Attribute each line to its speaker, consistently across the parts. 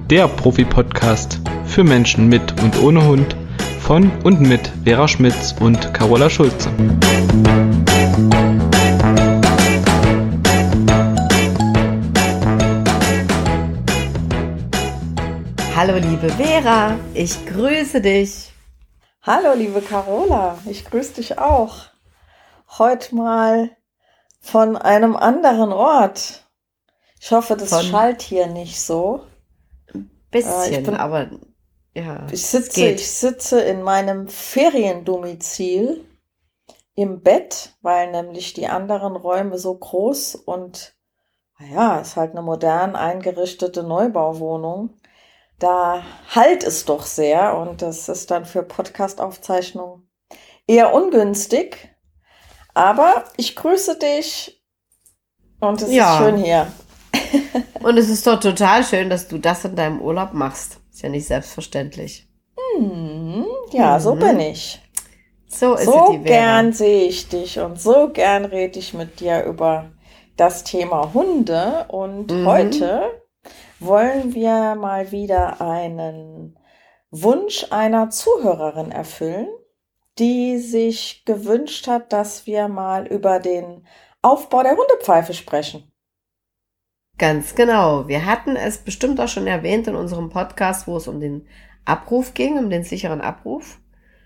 Speaker 1: der Profi-Podcast für Menschen mit und ohne Hund von und mit Vera Schmitz und Carola Schulze.
Speaker 2: Hallo liebe Vera, ich grüße dich.
Speaker 3: Hallo liebe Carola, ich grüße dich auch. Heute mal von einem anderen Ort. Ich hoffe, das schallt hier nicht so.
Speaker 2: Bisschen, aber ja.
Speaker 3: Ich sitze in meinem Feriendomizil im Bett, weil nämlich die anderen Räume so groß und naja, ist halt eine modern eingerichtete Neubauwohnung. Da hallt es doch sehr und das ist dann für Podcast-Aufzeichnungen eher ungünstig. Aber ich grüße dich und es ist schön hier.
Speaker 2: Und es ist doch total schön, dass du das in deinem Urlaub machst. Ist ja nicht selbstverständlich.
Speaker 3: So bin ich.
Speaker 2: So ist
Speaker 3: so
Speaker 2: die Vera.
Speaker 3: Gern sehe ich dich und so gern rede ich mit dir über das Thema Hunde. Und heute wollen wir mal wieder einen Wunsch einer Zuhörerin erfüllen, die sich gewünscht hat, dass wir mal über den Aufbau der Hundepfeife sprechen.
Speaker 2: Ganz genau. Wir hatten es bestimmt auch schon erwähnt in unserem Podcast, wo es um den Abruf ging, um den sicheren Abruf.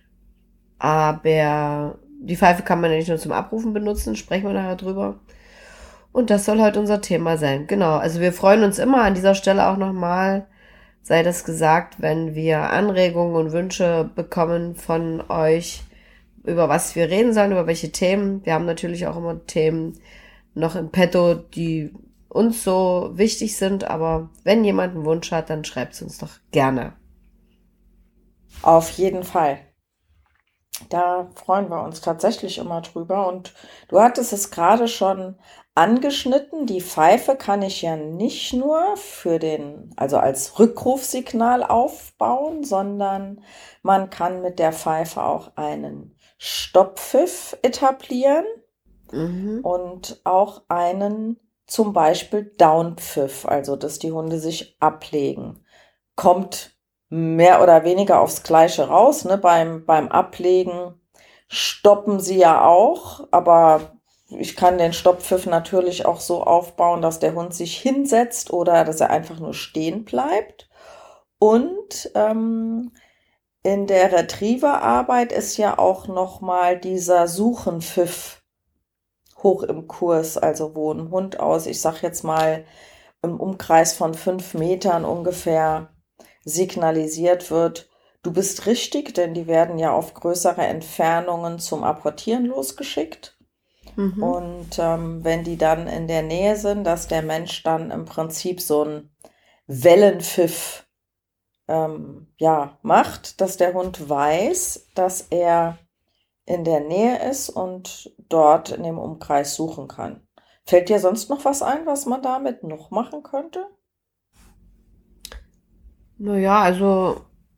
Speaker 2: Aber die Pfeife kann man ja nicht nur zum Abrufen benutzen, sprechen wir nachher drüber. Und das soll heute unser Thema sein. Genau, also wir freuen uns immer an dieser Stelle auch nochmal, sei das gesagt, wenn wir Anregungen und Wünsche bekommen von euch, über was wir reden sollen, über welche Themen. Wir haben natürlich auch immer Themen noch im Petto, die uns so wichtig sind, aber wenn jemand einen Wunsch hat, dann schreibt es uns doch gerne.
Speaker 3: Auf jeden Fall. Da freuen wir uns tatsächlich immer drüber. Und du hattest es gerade schon angeschnitten. Die Pfeife kann ich ja nicht nur also als Rückrufsignal aufbauen, sondern man kann mit der Pfeife auch einen Stopppfiff etablieren und auch einen zum Beispiel Downpfiff, also dass die Hunde sich ablegen. Kommt mehr oder weniger aufs Gleiche raus, ne? Beim Ablegen stoppen sie ja auch, aber ich kann den Stopppfiff natürlich auch so aufbauen, dass der Hund sich hinsetzt oder dass er einfach nur stehen bleibt. Und in der Retrieverarbeit ist ja auch nochmal dieser Suchenpfiff hoch im Kurs, also wo ein Hund ich sag jetzt mal im Umkreis von 5 Metern ungefähr signalisiert wird, du bist richtig, denn die werden ja auf größere Entfernungen zum Apportieren losgeschickt. Und wenn die dann in der Nähe sind, dass der Mensch dann im Prinzip so einen Wellenpfiff macht, dass der Hund weiß, dass er in der Nähe ist und dort in dem Umkreis suchen kann. Fällt dir sonst noch was ein, was man damit noch machen könnte?
Speaker 2: Naja, also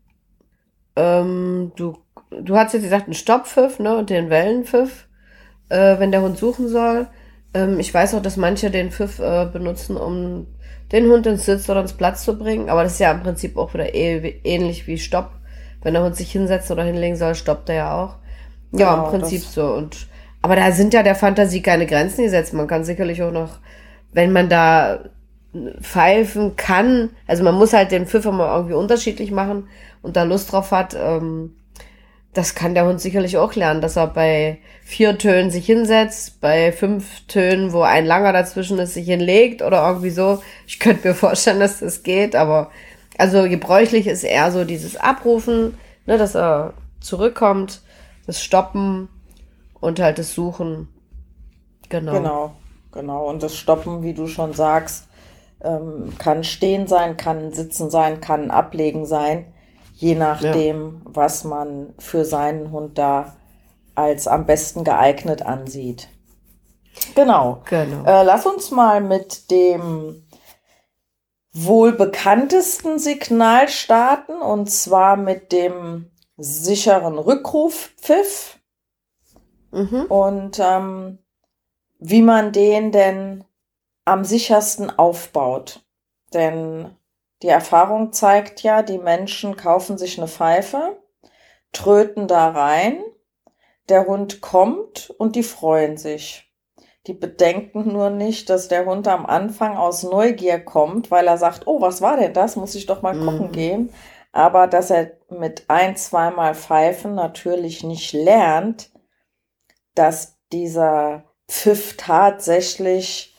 Speaker 2: du hast jetzt gesagt, einen Stopppfiff, ne, und den Wellenpfiff, wenn der Hund suchen soll. Ich weiß auch, dass manche den Pfiff benutzen, um den Hund ins Sitz oder ins Platz zu bringen, aber das ist ja im Prinzip auch wieder ähnlich wie Stopp. Wenn der Hund sich hinsetzen oder hinlegen soll, stoppt er ja auch. Ja,
Speaker 3: Genau,
Speaker 2: im Prinzip so. Aber da sind ja der Fantasie keine Grenzen gesetzt. Man kann sicherlich auch noch, wenn man da pfeifen kann, also man muss halt den Pfiff immer irgendwie unterschiedlich machen und da Lust drauf hat, das kann der Hund sicherlich auch lernen, dass er bei 4 Tönen sich hinsetzt, bei 5 Tönen, wo ein langer dazwischen ist, sich hinlegt oder irgendwie so. Ich könnte mir vorstellen, dass das geht, aber also gebräuchlich ist eher so dieses Abrufen, ne, dass er zurückkommt, das Stoppen und halt das Suchen.
Speaker 3: Genau. Und das Stoppen, wie du schon sagst, kann stehen sein, kann sitzen sein, kann ablegen sein, je nachdem, was man für seinen Hund da als am besten geeignet ansieht. Genau. Lass uns mal mit dem wohl bekanntesten Signal starten, und zwar mit dem sicheren Rückrufpfiff. Und wie man den denn am sichersten aufbaut. Denn Die Erfahrung zeigt ja, die Menschen kaufen sich eine Pfeife, tröten da rein, der Hund kommt und die freuen sich. Die bedenken nur nicht, dass der Hund am Anfang aus Neugier kommt, weil er sagt, oh, was war denn das? Muss ich doch mal gucken gehen. Aber dass er mit 1-2 Mal Pfeifen natürlich nicht lernt, dass dieser Pfiff tatsächlich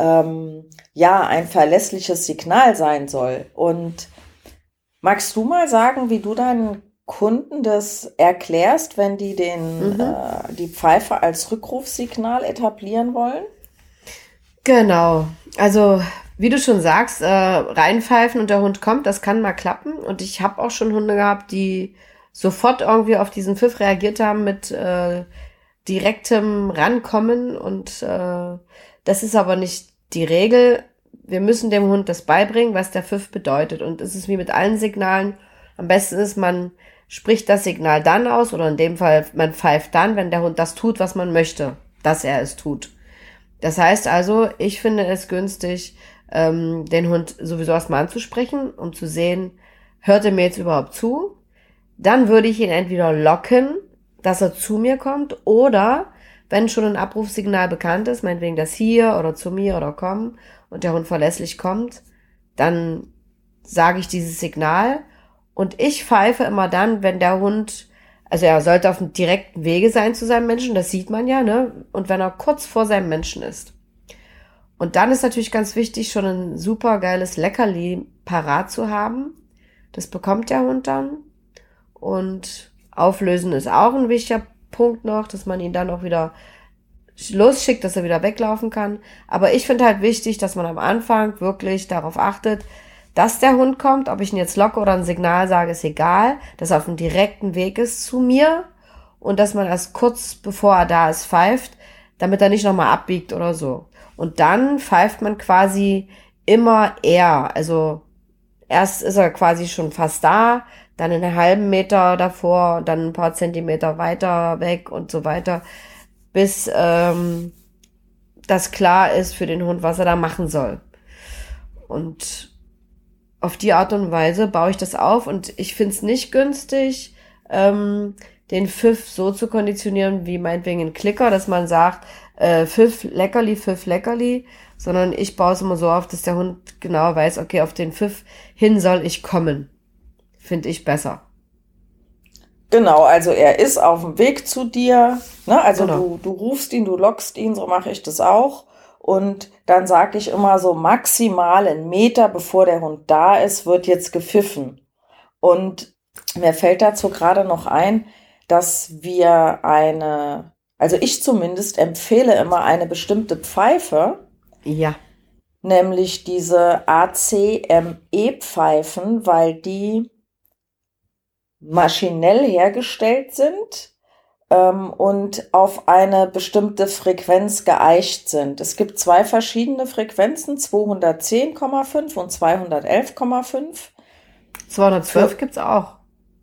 Speaker 3: ein verlässliches Signal sein soll. Und magst du mal sagen, wie du deinen Kunden das erklärst, wenn die die Pfeife als Rückrufsignal etablieren wollen?
Speaker 2: Genau. Also, wie du schon sagst, reinpfeifen und der Hund kommt, das kann mal klappen. Und ich habe auch schon Hunde gehabt, die sofort irgendwie auf diesen Pfiff reagiert haben mit direktem Rankommen. Und das ist aber nicht die Regel. Wir müssen dem Hund das beibringen, was der Pfiff bedeutet. Und es ist wie mit allen Signalen. Am besten ist, man spricht das Signal dann aus, oder in dem Fall, man pfeift dann, wenn der Hund das tut, was man möchte, dass er es tut. Das heißt also, ich finde es günstig, den Hund sowieso erstmal anzusprechen, um zu sehen, hört er mir jetzt überhaupt zu? Dann würde ich ihn entweder locken, dass er zu mir kommt, oder wenn schon ein Abrufsignal bekannt ist, meinetwegen das hier oder zu mir oder komm, und der Hund verlässlich kommt, dann sage ich dieses Signal. Und ich pfeife immer dann, wenn der Hund, also er sollte auf dem direkten Wege sein zu seinem Menschen, das sieht man ja, ne? Und wenn er kurz vor seinem Menschen ist. Und dann ist natürlich ganz wichtig, schon ein super geiles Leckerli parat zu haben. Das bekommt der Hund dann. Und auflösen ist auch ein wichtiger Punkt noch, dass man ihn dann auch wieder losschickt, dass er wieder weglaufen kann. Aber ich finde halt wichtig, dass man am Anfang wirklich darauf achtet, dass der Hund kommt, ob ich ihn jetzt locke oder ein Signal sage, ist egal, dass er auf dem direkten Weg ist zu mir und dass man erst kurz bevor er da ist pfeift, damit er nicht nochmal abbiegt oder so. Und dann pfeift man quasi immer eher, also erst ist er quasi schon fast da, dann einen halben Meter davor, dann ein paar Zentimeter weiter weg und so weiter, bis das klar ist für den Hund, was er da machen soll. Und auf die Art und Weise baue ich das auf und ich finde es nicht günstig, den Pfiff so zu konditionieren wie meinetwegen ein Klicker, dass man sagt, Pfiff, Leckerli, sondern ich baue es immer so auf, dass der Hund genau weiß, okay, auf den Pfiff hin soll ich kommen. Finde ich besser.
Speaker 3: Genau, also er ist auf dem Weg zu dir, ne? Also
Speaker 2: Genau.
Speaker 3: du rufst ihn, du lockst ihn, so mache ich das auch. Und dann sage ich immer so maximal 1 Meter, bevor der Hund da ist, wird jetzt gepfiffen. Und mir fällt dazu gerade noch ein, dass wir also ich zumindest empfehle immer eine bestimmte Pfeife,
Speaker 2: Ja.
Speaker 3: nämlich diese ACME-Pfeifen, weil die maschinell hergestellt sind und auf eine bestimmte Frequenz geeicht sind. Es gibt 2 verschiedene Frequenzen, 210,5 und 211,5.
Speaker 2: 212 gibt's auch.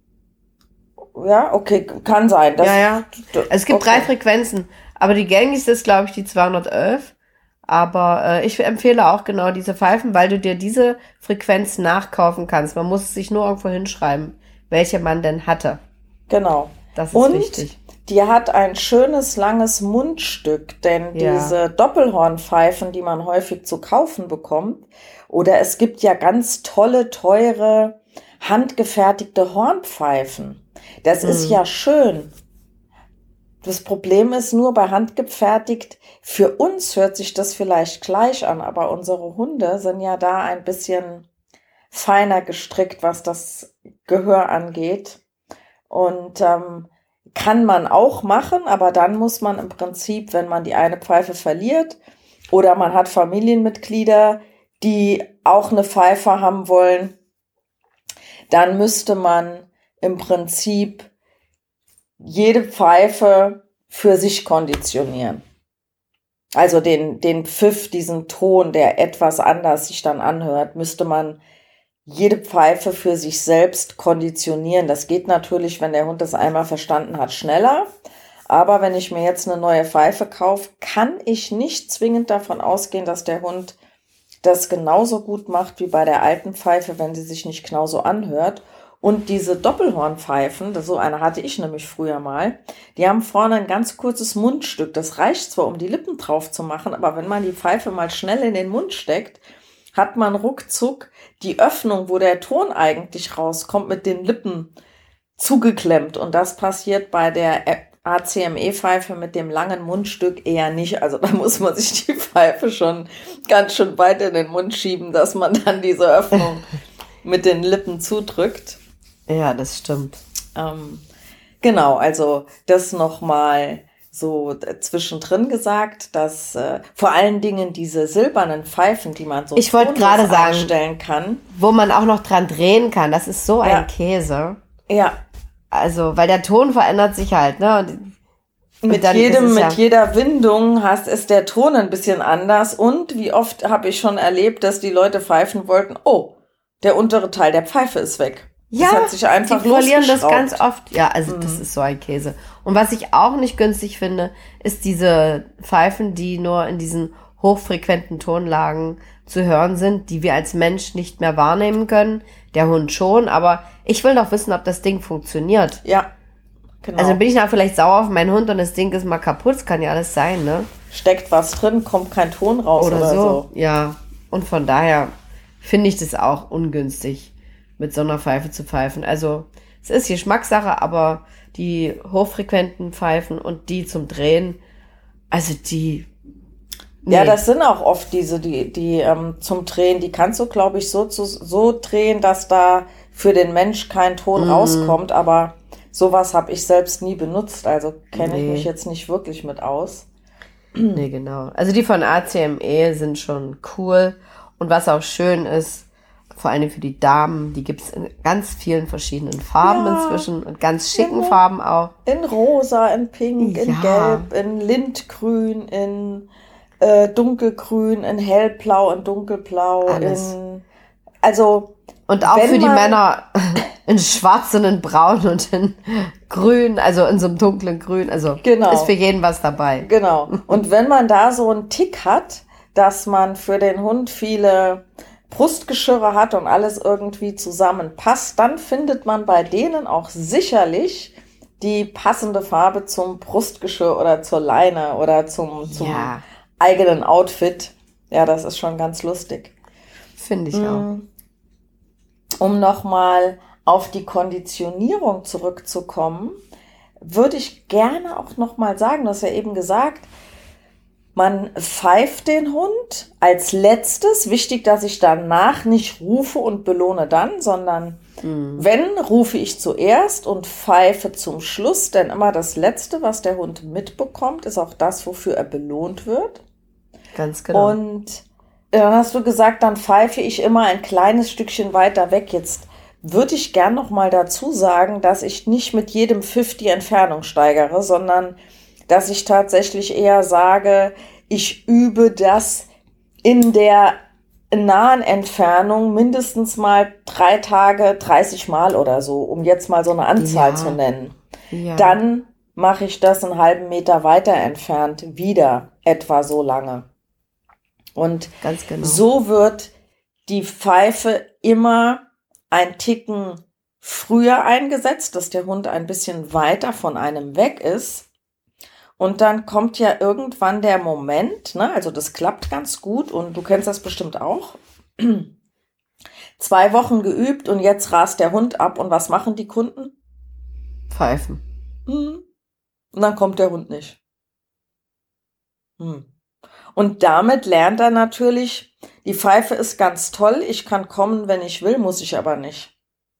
Speaker 3: Ja, okay, kann sein.
Speaker 2: Ja. Es gibt
Speaker 3: okay.
Speaker 2: 3 Frequenzen, aber die gängigste ist, glaube ich, die 211. Aber ich empfehle auch genau diese Pfeifen, weil du dir diese Frequenz nachkaufen kannst. Man muss es sich nur irgendwo hinschreiben, welche man denn hatte.
Speaker 3: Genau.
Speaker 2: Das ist
Speaker 3: Und
Speaker 2: wichtig.
Speaker 3: die hat ein schönes, langes Mundstück, denn
Speaker 2: Ja.
Speaker 3: diese Doppelhornpfeifen, die man häufig zu kaufen bekommt, oder es gibt ja ganz tolle, teure, handgefertigte Hornpfeifen. Das ist ja schön. Das Problem ist nur bei handgefertigt, für uns hört sich das vielleicht gleich an, aber unsere Hunde sind ja da ein bisschen feiner gestrickt, was das Gehör angeht. Und kann man auch machen, aber dann muss man im Prinzip, wenn man die eine Pfeife verliert oder man hat Familienmitglieder, die auch eine Pfeife haben wollen, dann müsste man im Prinzip jede Pfeife für sich konditionieren. Also den Pfiff, diesen Ton, der etwas anders sich dann anhört, müsste man jede Pfeife für sich selbst konditionieren. Das geht natürlich, wenn der Hund das einmal verstanden hat, schneller. Aber wenn ich mir jetzt eine neue Pfeife kaufe, kann ich nicht zwingend davon ausgehen, dass der Hund das genauso gut macht wie bei der alten Pfeife, wenn sie sich nicht genauso anhört. Und diese Doppelhornpfeifen, so eine hatte ich nämlich früher mal, die haben vorne ein ganz kurzes Mundstück. Das reicht zwar, um die Lippen drauf zu machen, aber wenn man die Pfeife mal schnell in den Mund steckt, hat man ruckzuck die Öffnung, wo der Ton eigentlich rauskommt, mit den Lippen zugeklemmt. Und das passiert bei der ACME-Pfeife mit dem langen Mundstück eher nicht. Also da muss man sich die Pfeife schon ganz schön weit in den Mund schieben, dass man dann diese Öffnung mit den Lippen zudrückt.
Speaker 2: Ja, das stimmt.
Speaker 3: Genau, also das nochmal so zwischendrin gesagt, dass vor allen Dingen diese silbernen Pfeifen, die man so
Speaker 2: ich wollte gerade sagen,
Speaker 3: einstellen kann,
Speaker 2: wo man auch noch dran drehen kann, das ist so ein Käse.
Speaker 3: Ja.
Speaker 2: Also, weil der Ton verändert sich halt, ne? Und
Speaker 3: mit jeder Windung ist der Ton ein bisschen anders. Und wie oft habe ich schon erlebt, dass die Leute pfeifen wollten, oh, der untere Teil der Pfeife ist weg.
Speaker 2: Ja,
Speaker 3: das hat sich einfach
Speaker 2: die verlieren das ganz oft. Ja, also das ist so ein Käse. Und was ich auch nicht günstig finde, ist diese Pfeifen, die nur in diesen hochfrequenten Tonlagen zu hören sind, die wir als Mensch nicht mehr wahrnehmen können. Der Hund schon, aber ich will doch wissen, ob das Ding funktioniert.
Speaker 3: Ja, genau.
Speaker 2: Also bin ich dann vielleicht sauer auf meinen Hund und das Ding ist mal kaputt. Das kann ja alles sein, ne?
Speaker 3: Steckt was drin, kommt kein Ton raus oder so.
Speaker 2: Ja, und von daher finde ich das auch ungünstig, mit so einer Pfeife zu pfeifen. Also es ist Geschmackssache, aber die hochfrequenten Pfeifen und die zum Drehen, also die... Nee.
Speaker 3: Ja, das sind auch oft diese, die zum Drehen, die kannst du, glaube ich, so drehen, dass da für den Mensch kein Ton rauskommt, aber sowas habe ich selbst nie benutzt, also kenne ich mich jetzt nicht wirklich mit aus.
Speaker 2: Nee, genau. Also die von ACME sind schon cool und was auch schön ist, vor allem für die Damen, die gibt's in ganz vielen verschiedenen Farben inzwischen und ganz schicken Farben auch.
Speaker 3: In rosa, in pink, in gelb, in lindgrün, in dunkelgrün, in hellblau, in dunkelblau,
Speaker 2: alles.
Speaker 3: Und
Speaker 2: auch für die Männer in schwarz und in braun und in grün, also in so einem dunklen Grün, also ist für jeden was dabei.
Speaker 3: Genau. Und wenn man da so einen Tick hat, dass man für den Hund viele Brustgeschirre hat und alles irgendwie zusammenpasst, dann findet man bei denen auch sicherlich die passende Farbe zum Brustgeschirr oder zur Leine oder zum eigenen Outfit. Ja, das ist schon ganz lustig.
Speaker 2: Finde ich auch.
Speaker 3: Um nochmal auf die Konditionierung zurückzukommen, würde ich gerne auch nochmal sagen, du hast ja eben gesagt, man pfeift den Hund als letztes. Wichtig, dass ich danach nicht rufe und belohne dann, sondern wenn, rufe ich zuerst und pfeife zum Schluss. Denn immer das Letzte, was der Hund mitbekommt, ist auch das, wofür er belohnt wird.
Speaker 2: Ganz genau.
Speaker 3: Und dann hast du gesagt, dann pfeife ich immer ein kleines Stückchen weiter weg. Jetzt würde ich gern noch mal dazu sagen, dass ich nicht mit jedem Pfiff die Entfernung steigere, sondern dass ich tatsächlich eher sage, ich übe das in der nahen Entfernung mindestens mal 3 Tage, 30 Mal oder so, um jetzt mal so eine Anzahl zu nennen.
Speaker 2: Ja.
Speaker 3: Dann mache ich das einen halben Meter weiter entfernt wieder etwa so lange. Und
Speaker 2: ganz genau.
Speaker 3: So wird die Pfeife immer ein Ticken früher eingesetzt, dass der Hund ein bisschen weiter von einem weg ist. Und dann kommt ja irgendwann der Moment, ne? Also das klappt ganz gut und du kennst das bestimmt auch. 2 Wochen geübt und jetzt rast der Hund ab und was machen die Kunden?
Speaker 2: Pfeifen.
Speaker 3: Und dann kommt der Hund nicht. Und damit lernt er natürlich, die Pfeife ist ganz toll, ich kann kommen, wenn ich will, muss ich aber nicht.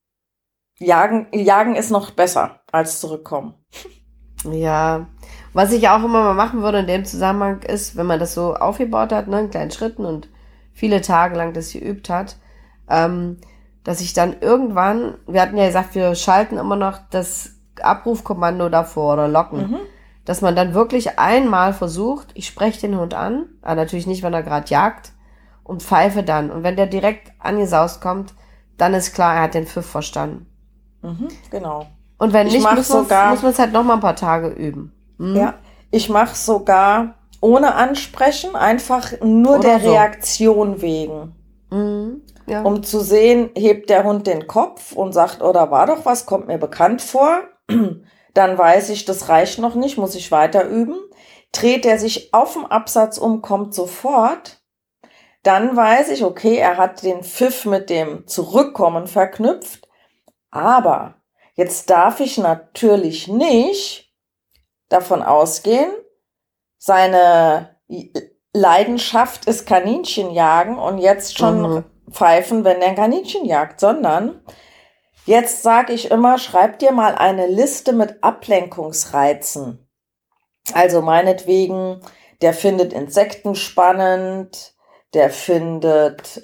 Speaker 3: Jagen ist noch besser als zurückkommen.
Speaker 2: Ja, was ich auch immer mal machen würde in dem Zusammenhang ist, wenn man das so aufgebaut hat, ne, in kleinen Schritten und viele Tage lang das geübt hat, dass ich dann irgendwann, wir hatten ja gesagt, wir schalten immer noch das Abrufkommando davor oder locken, dass man dann wirklich einmal versucht, ich spreche den Hund an, aber natürlich nicht, wenn er gerade jagt, und pfeife dann. Und wenn der direkt angesaust kommt, dann ist klar, er hat den Pfiff verstanden.
Speaker 3: Genau.
Speaker 2: Und wenn nicht, muss man es halt noch mal ein paar Tage üben.
Speaker 3: Ja, ich mache sogar ohne ansprechen, einfach nur
Speaker 2: Oder
Speaker 3: der
Speaker 2: so.
Speaker 3: Reaktion wegen.
Speaker 2: Ja.
Speaker 3: Um zu sehen, hebt der Hund den Kopf und sagt, oh, da war doch was, kommt mir bekannt vor. Dann weiß ich, das reicht noch nicht, muss ich weiter üben. Dreht er sich auf dem Absatz um, kommt sofort. Dann weiß ich, okay, er hat den Pfiff mit dem Zurückkommen verknüpft. Aber jetzt darf ich natürlich nicht davon ausgehen, seine Leidenschaft ist Kaninchenjagen und jetzt schon pfeifen, wenn er ein Kaninchen jagt, sondern jetzt sage ich immer, schreib dir mal eine Liste mit Ablenkungsreizen. Also meinetwegen, der findet Insekten spannend, der findet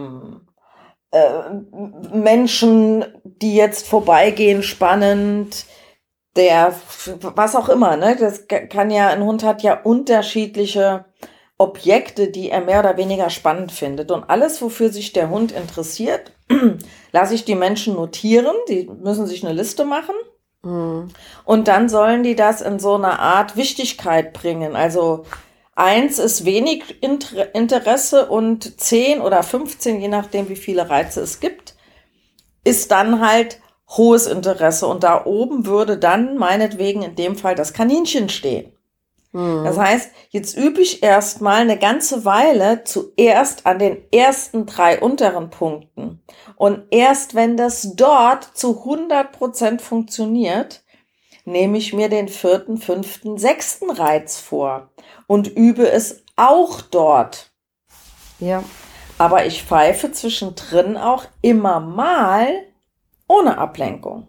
Speaker 3: Menschen, die jetzt vorbeigehen, spannend, der, was auch immer, ne? Das kann ja, ein Hund hat ja unterschiedliche Objekte, die er mehr oder weniger spannend findet. Und alles, wofür sich der Hund interessiert, lasse ich die Menschen notieren. Die müssen sich eine Liste machen. Und dann sollen die das in so eine Art Wichtigkeit bringen. Also 1 ist wenig Interesse und 10 oder 15, je nachdem, wie viele Reize es gibt, ist dann halt hohes Interesse. Und da oben würde dann meinetwegen in dem Fall das Kaninchen stehen. Das heißt, jetzt übe ich erstmal eine ganze Weile zuerst an den ersten 3 unteren Punkten. Und erst wenn das dort zu 100% funktioniert, nehme ich mir den 4., 5., 6. Reiz vor und übe es auch dort.
Speaker 2: Ja.
Speaker 3: Aber ich pfeife zwischendrin auch immer mal ohne Ablenkung.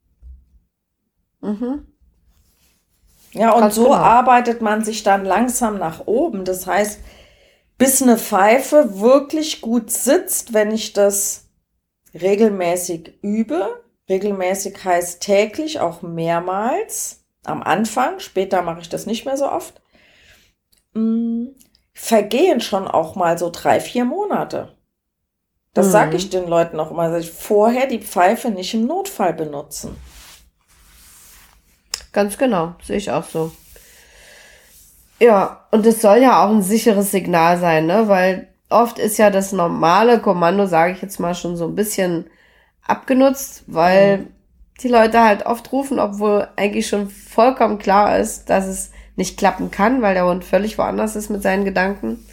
Speaker 3: Ja, und
Speaker 2: Ganz
Speaker 3: so
Speaker 2: genau.
Speaker 3: arbeitet man sich dann langsam nach oben. Das heißt, bis eine Pfeife wirklich gut sitzt, wenn ich das regelmäßig übe. Regelmäßig heißt täglich, auch mehrmals. Am Anfang, später mache ich das nicht mehr so oft. Vergehen schon auch mal so 3, 4 Monate. Das sage ich den Leuten auch immer. Dass ich vorher die Pfeife nicht im Notfall benutzen.
Speaker 2: Ganz genau, sehe ich auch so. Ja, und es soll ja auch ein sicheres Signal sein, ne? Weil oft ist ja das normale Kommando, sage ich jetzt mal, schon so ein bisschen abgenutzt, weil die Leute halt oft rufen, obwohl eigentlich schon vollkommen klar ist, dass es nicht klappen kann, weil der Hund völlig woanders ist mit seinen Gedanken.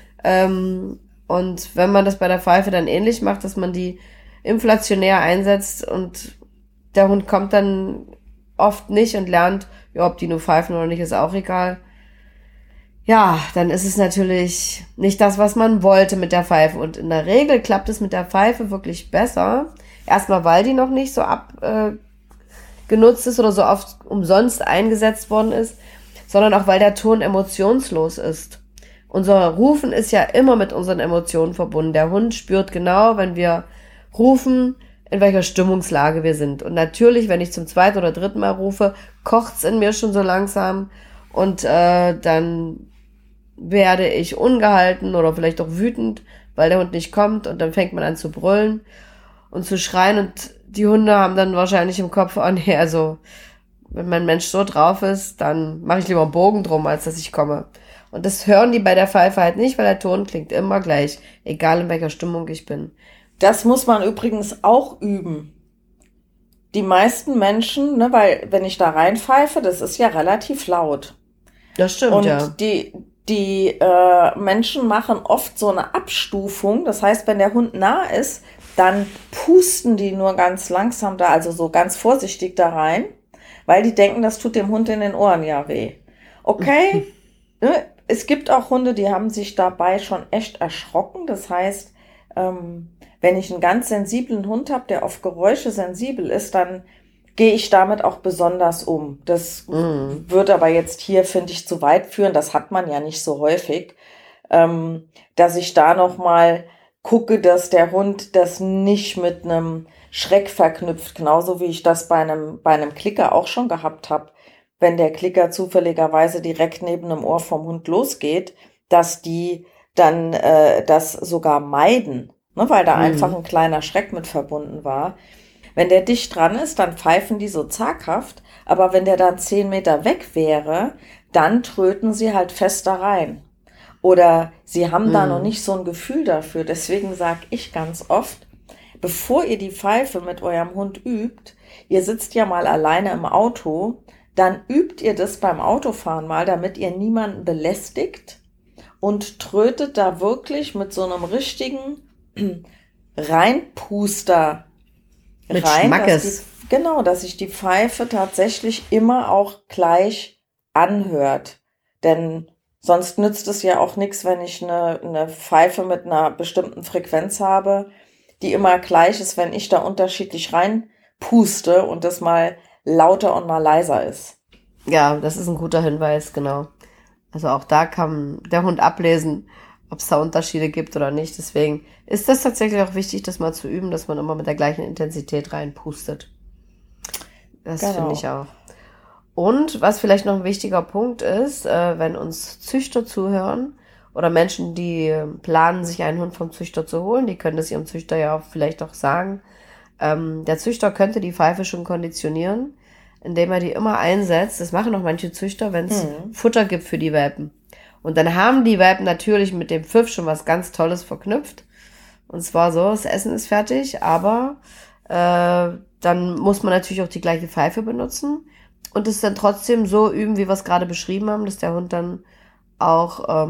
Speaker 2: Und wenn man das bei der Pfeife dann ähnlich macht, dass man die inflationär einsetzt und der Hund kommt dann oft nicht und lernt, ja, ob die nur pfeifen oder nicht, ist auch egal. Ja, dann ist es natürlich nicht das, was man wollte mit der Pfeife. Und in der Regel klappt es mit der Pfeife wirklich besser. Erstmal, weil die noch nicht so genutzt ist oder so oft umsonst eingesetzt worden ist, sondern auch, weil der Ton emotionslos ist. Unser Rufen ist ja immer mit unseren Emotionen verbunden. Der Hund spürt genau, wenn wir rufen, in welcher Stimmungslage wir sind. Und natürlich, wenn ich zum 2. oder 3. Mal rufe, kocht's in mir schon so langsam und dann werde ich ungehalten oder vielleicht auch wütend, weil der Hund nicht kommt und dann fängt man an zu brüllen und zu schreien und die Hunde haben dann wahrscheinlich im Kopf, oh nee, also wenn mein Mensch so drauf ist, dann mache ich lieber einen Bogen drum, als dass ich komme. Und das hören die bei der Pfeife halt nicht, weil der Ton klingt immer gleich, egal in welcher Stimmung ich bin.
Speaker 3: Das muss man übrigens auch üben. Die meisten Menschen, ne, weil wenn ich da reinpfeife, das ist ja relativ laut.
Speaker 2: Das stimmt,
Speaker 3: Und
Speaker 2: ja.
Speaker 3: die Menschen machen oft so eine Abstufung. Das heißt, wenn der Hund nah ist, dann pusten die nur ganz langsam da, also so ganz vorsichtig da rein, weil die denken, das tut dem Hund in den Ohren ja weh. Okay, ne? Es gibt auch Hunde, die haben sich dabei schon echt erschrocken. Das heißt, wenn ich einen ganz sensiblen Hund habe, der auf Geräusche sensibel ist, dann gehe ich damit auch besonders um. Das wird aber jetzt hier, finde ich, zu weit führen. Das hat man ja nicht so häufig, dass ich da nochmal gucke, dass der Hund das nicht mit einem Schreck verknüpft. Genauso wie ich das bei einem Klicker auch schon gehabt habe. Wenn der Klicker zufälligerweise direkt neben dem Ohr vom Hund losgeht, dass die dann das sogar meiden, ne, weil da einfach ein kleiner Schreck mit verbunden war. Wenn der dicht dran ist, dann pfeifen die so zaghaft, aber wenn der dann 10 Meter weg wäre, dann tröten sie halt fester rein. Oder sie haben da noch nicht so ein Gefühl dafür. Deswegen sage ich ganz oft, bevor ihr die Pfeife mit eurem Hund übt, ihr sitzt ja mal alleine im Auto, dann übt ihr das beim Autofahren mal, damit ihr niemanden belästigt und trötet da wirklich mit so einem richtigen Reinpuster
Speaker 2: Mit
Speaker 3: rein,
Speaker 2: Schmackes.
Speaker 3: dass sich die Pfeife tatsächlich immer auch gleich anhört. Denn sonst nützt es ja auch nichts, wenn ich eine Pfeife mit einer bestimmten Frequenz habe, die immer gleich ist, wenn ich da unterschiedlich reinpuste und das mal lauter und mal leiser ist.
Speaker 2: Ja, das ist ein guter Hinweis, genau. Also auch da kann der Hund ablesen, ob es da Unterschiede gibt oder nicht. Deswegen ist das tatsächlich auch wichtig, das mal zu üben, dass man immer mit der gleichen Intensität reinpustet. Das finde ich auch. Und was vielleicht noch ein wichtiger Punkt ist, wenn uns Züchter zuhören oder Menschen, die planen, sich einen Hund vom Züchter zu holen, die können das ihrem Züchter ja auch vielleicht auch sagen. Der Züchter könnte die Pfeife schon konditionieren, indem er die immer einsetzt. Das machen auch manche Züchter, wenn es Futter gibt für die Welpen. Und dann haben die Welpen natürlich mit dem Pfiff schon was ganz Tolles verknüpft. Und zwar so, das Essen ist fertig, aber dann muss man natürlich auch die gleiche Pfeife benutzen und es dann trotzdem so üben, wie wir es gerade beschrieben haben, dass der Hund dann auch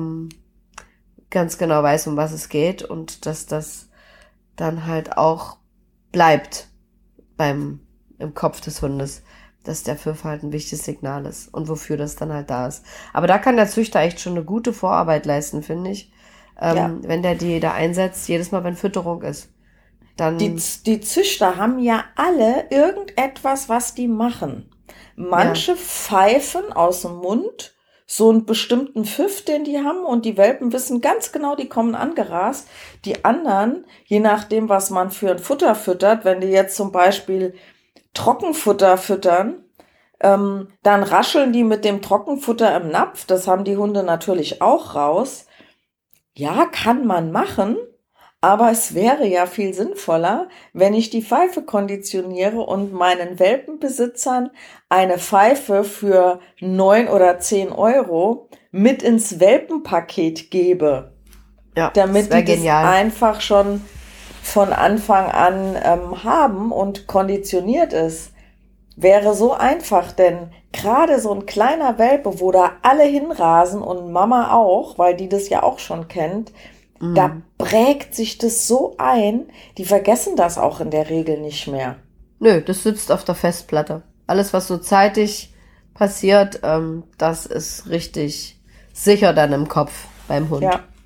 Speaker 2: ganz genau weiß, um was es geht und dass das dann halt auch bleibt im Kopf des Hundes, dass der Pfiff halt ein wichtiges Signal ist und wofür das dann halt da ist. Aber da kann der Züchter echt schon eine gute Vorarbeit leisten, finde ich, wenn der die da einsetzt, jedes Mal, wenn Fütterung ist. Dann
Speaker 3: Die Züchter haben ja alle irgendetwas, was die machen. Manche pfeifen aus dem Mund so einen bestimmten Pfiff, den die haben und die Welpen wissen ganz genau, die kommen angerast. Die anderen, je nachdem, was man für ein Futter füttert, wenn die jetzt zum Beispiel Trockenfutter füttern, dann rascheln die mit dem Trockenfutter im Napf. Das haben die Hunde natürlich auch raus. Ja, kann man machen, aber es wäre ja viel sinnvoller, wenn ich die Pfeife konditioniere und meinen Welpenbesitzern eine Pfeife für 9 oder 10 Euro mit ins Welpenpaket gebe.
Speaker 2: ja,
Speaker 3: Damit
Speaker 2: das
Speaker 3: die das
Speaker 2: genial.
Speaker 3: einfach schon von Anfang an haben und konditioniert ist. Wäre so einfach, denn gerade so ein kleiner Welpe, wo da alle hinrasen und Mama auch, weil die das ja auch schon kennt, da prägt sich das so ein, die vergessen das auch in der Regel nicht mehr.
Speaker 2: Nö, das sitzt auf der Festplatte. Alles, was so zeitig passiert, das ist richtig sicher dann im Kopf beim Hund.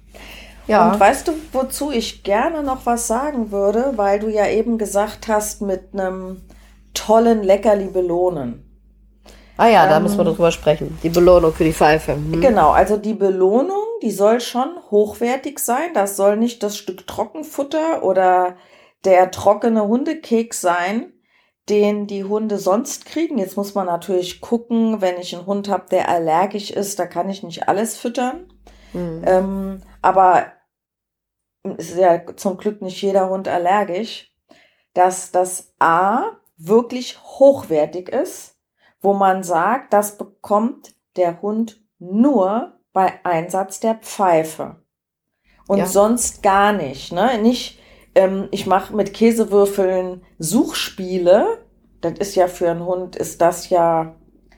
Speaker 3: Ja. Und weißt du, wozu ich gerne noch was sagen würde, weil du ja eben gesagt hast, mit einem tollen Leckerli belohnen.
Speaker 2: Ah ja, da müssen wir drüber sprechen. Die Belohnung für die Pfeife.
Speaker 3: Genau, also die Belohnung, die soll schon hochwertig sein. Das soll nicht das Stück Trockenfutter oder der trockene Hundekeks sein, den die Hunde sonst kriegen. Jetzt muss man natürlich gucken, wenn ich einen Hund habe, der allergisch ist, da kann ich nicht alles füttern. Aber es ist ja zum Glück nicht jeder Hund allergisch, dass das A wirklich hochwertig ist, wo man sagt, das bekommt der Hund nur bei Einsatz der Pfeife und sonst gar nicht. Ne? Nicht, ich mache mit Käsewürfeln Suchspiele. Das ist ja für einen Hund, das ist ja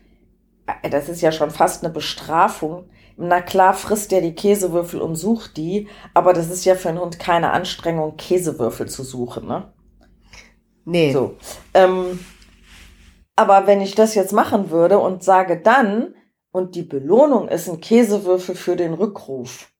Speaker 3: schon fast eine Bestrafung. Na klar frisst er die Käsewürfel und sucht die, aber das ist ja für einen Hund keine Anstrengung, Käsewürfel zu suchen. Ne?
Speaker 2: Nee.
Speaker 3: So. Aber wenn ich das jetzt machen würde und sage dann, und die Belohnung ist ein Käsewürfel für den Rückruf.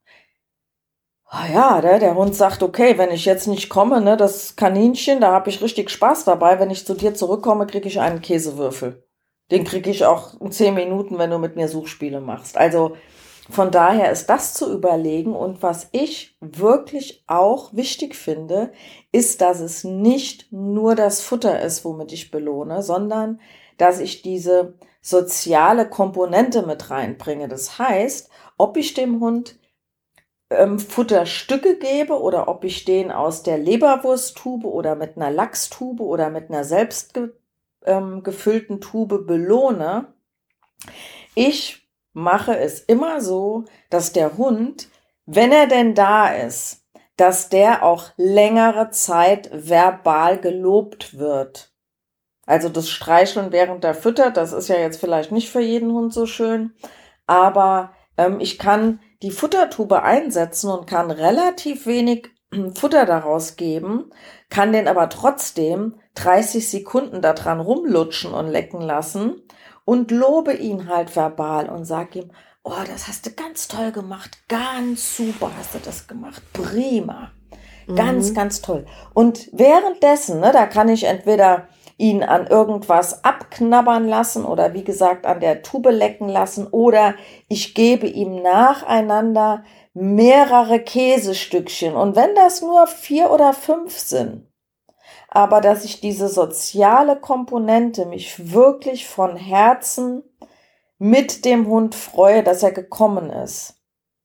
Speaker 3: Ja, der Hund sagt, okay, wenn ich jetzt nicht komme, ne, das Kaninchen, da habe ich richtig Spaß dabei. Wenn ich zu dir zurückkomme, kriege ich einen Käsewürfel. Den kriege ich auch in 10 Minuten, wenn du mit mir Suchspiele machst. Also von daher ist das zu überlegen. Und was ich wirklich auch wichtig finde, ist, dass es nicht nur das Futter ist, womit ich belohne, sondern dass ich diese soziale Komponente mit reinbringe. Das heißt, ob ich dem Hund Futterstücke gebe oder ob ich den aus der Leberwursttube oder mit einer Lachstube oder mit einer selbst gefüllten Tube belohne. Ich mache es immer so, dass der Hund, wenn er denn da ist, dass der auch längere Zeit verbal gelobt wird. Also das Streicheln während er füttert, das ist ja jetzt vielleicht nicht für jeden Hund so schön, aber ich kann die Futtertube einsetzen und kann relativ wenig Futter daraus geben, kann den aber trotzdem 30 Sekunden daran rumlutschen und lecken lassen und lobe ihn halt verbal und sag ihm, oh, das hast du ganz toll gemacht, ganz super hast du das gemacht, prima, ganz, ganz toll. Und währenddessen, ne, da kann ich entweder ihn an irgendwas abknabbern lassen oder wie gesagt an der Tube lecken lassen oder ich gebe ihm nacheinander mehrere Käsestückchen und wenn das nur 4 oder 5 sind, aber dass ich diese soziale Komponente mich wirklich von Herzen mit dem Hund freue, dass er gekommen ist.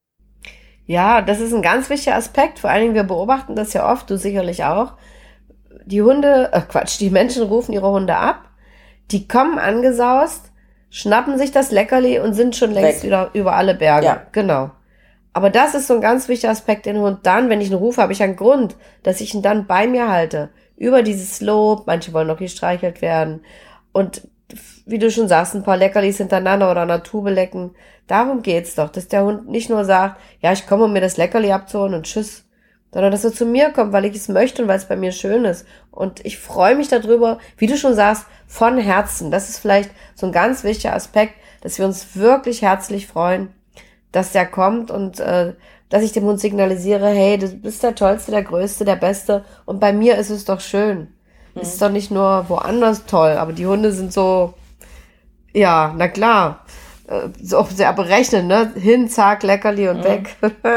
Speaker 2: Ja, das ist ein ganz wichtiger Aspekt. Vor allen Dingen, wir beobachten das ja oft, du sicherlich auch. Die Menschen rufen ihre Hunde ab, die kommen angesaust, schnappen sich das Leckerli und sind schon längst wieder über alle Berge.
Speaker 3: Ja.
Speaker 2: Genau. Aber das ist so ein ganz wichtiger Aspekt, den Hund dann, wenn ich ihn rufe, habe ich einen Grund, dass ich ihn dann bei mir halte. Über dieses Lob, manche wollen noch gestreichelt werden. Und wie du schon sagst, ein paar Leckerlis hintereinander oder an der Tube lecken. Darum geht's doch, dass der Hund nicht nur sagt, ja, ich komme, um mir das Leckerli abzuholen und tschüss, sondern dass er zu mir kommt, weil ich es möchte und weil es bei mir schön ist. Und ich freue mich darüber, wie du schon sagst, von Herzen. Das ist vielleicht so ein ganz wichtiger Aspekt, dass wir uns wirklich herzlich freuen, dass der kommt und dass ich dem Hund signalisiere, hey, du bist der Tollste, der Größte, der Beste und bei mir ist es doch schön. Es ist doch nicht nur woanders toll, aber die Hunde sind so, ja, na klar, so sehr berechnet, ne? Hin, zack, Leckerli und weg.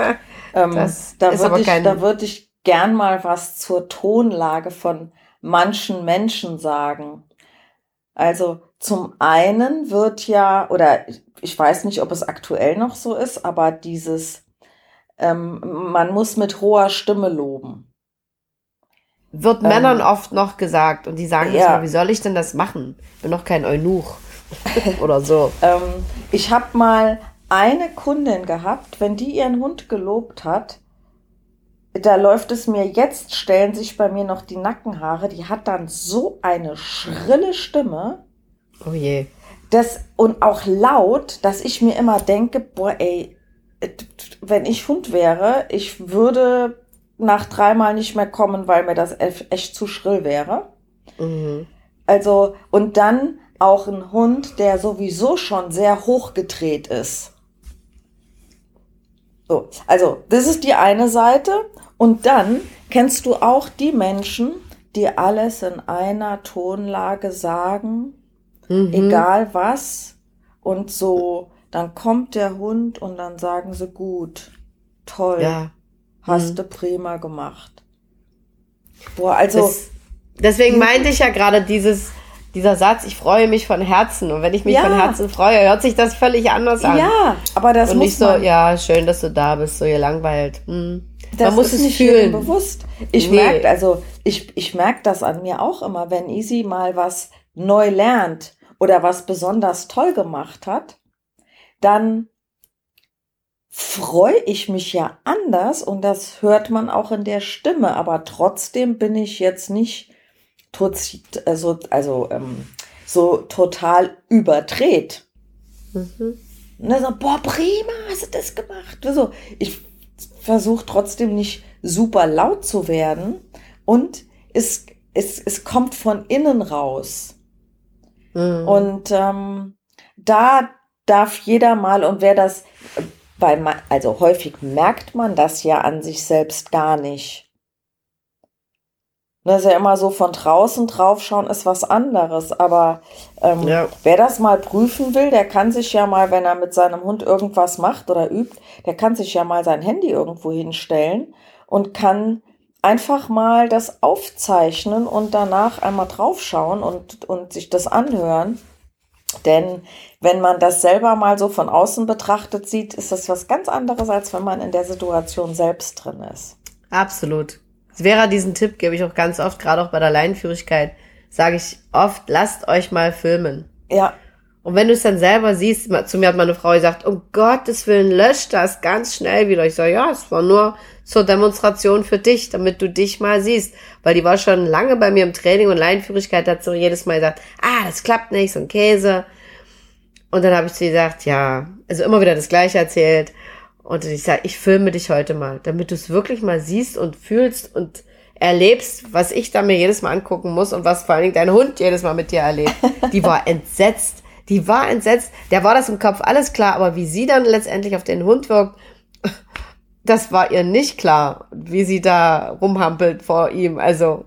Speaker 3: Da würde ich gern mal was zur Tonlage von manchen Menschen sagen. Also zum einen wird ja, oder ich weiß nicht, ob es aktuell noch so ist, aber dieses, man muss mit hoher Stimme loben.
Speaker 2: Wird Männern oft noch gesagt und die sagen jetzt mal, wie soll ich denn das machen? Ich bin doch kein Eunuch oder so.
Speaker 3: Ich habe mal eine Kundin gehabt, wenn die ihren Hund gelobt hat, da läuft es mir jetzt, stellen sich bei mir noch die Nackenhaare, die hat dann so eine schrille Stimme.
Speaker 2: Oh je.
Speaker 3: Und auch laut, dass ich mir immer denke, boah ey, wenn ich Hund wäre, ich würde nach 3 Mal nicht mehr kommen, weil mir das echt zu schrill wäre.
Speaker 2: Mhm.
Speaker 3: Also, und dann auch ein Hund, der sowieso schon sehr hochgedreht ist. So, also, das ist die eine Seite. Und dann kennst du auch die Menschen, die alles in einer Tonlage sagen, egal was. Und so, dann kommt der Hund und dann sagen sie, gut, toll.
Speaker 2: Ja.
Speaker 3: Hast du prima gemacht. Boah, also.
Speaker 2: Deswegen meinte ich ja gerade dieser Satz, ich freue mich von Herzen. Und wenn ich mich von Herzen freue, hört sich das völlig anders an.
Speaker 3: Ja, aber das
Speaker 2: und
Speaker 3: muss
Speaker 2: nicht so,
Speaker 3: man.
Speaker 2: Ja, schön, dass du da bist, so gelangweilt.
Speaker 3: Das
Speaker 2: man muss
Speaker 3: ist
Speaker 2: es
Speaker 3: nicht
Speaker 2: fühlen.
Speaker 3: Bewusst. Ich merke das an mir auch immer, wenn Easy mal was neu lernt oder was besonders toll gemacht hat, dann freue ich mich ja anders und das hört man auch in der Stimme, aber trotzdem bin ich jetzt nicht so total überdreht. Und dann so, boah, prima, hast du das gemacht. So, ich versuche trotzdem nicht super laut zu werden und es kommt von innen raus. Und da darf jeder mal, und wer das, also häufig merkt man das ja an sich selbst gar nicht. Das ist ja immer so, von draußen draufschauen ist was anderes, aber wer das mal prüfen will, der kann sich ja mal, wenn er mit seinem Hund irgendwas macht oder übt, der kann sich ja mal sein Handy irgendwo hinstellen und kann einfach mal das aufzeichnen und danach einmal draufschauen und sich das anhören. Denn wenn man das selber mal so von außen betrachtet sieht, ist das was ganz anderes, als wenn man in der Situation selbst drin ist.
Speaker 2: Absolut. Vera, diesen Tipp gebe ich auch ganz oft, gerade auch bei der Leinenführigkeit, sage ich oft, lasst euch mal filmen.
Speaker 3: Ja.
Speaker 2: Und wenn du es dann selber siehst, zu mir hat meine Frau gesagt, um Gottes Willen, lösch das ganz schnell wieder. Ich sage, ja, es war nur zur Demonstration für dich, damit du dich mal siehst. Weil die war schon lange bei mir im Training und Laienführigkeit, hat so jedes Mal gesagt, das klappt nicht, so ein Käse. Und dann habe ich zu ihr gesagt, ja, also immer wieder das Gleiche erzählt. Und ich sage, ich filme dich heute mal, damit du es wirklich mal siehst und fühlst und erlebst, was ich da mir jedes Mal angucken muss und was vor allen Dingen dein Hund jedes Mal mit dir erlebt. Die war entsetzt. Der war das im Kopf alles klar, aber wie sie dann letztendlich auf den Hund wirkt, das war ihr nicht klar, wie sie da rumhampelt vor ihm. Also,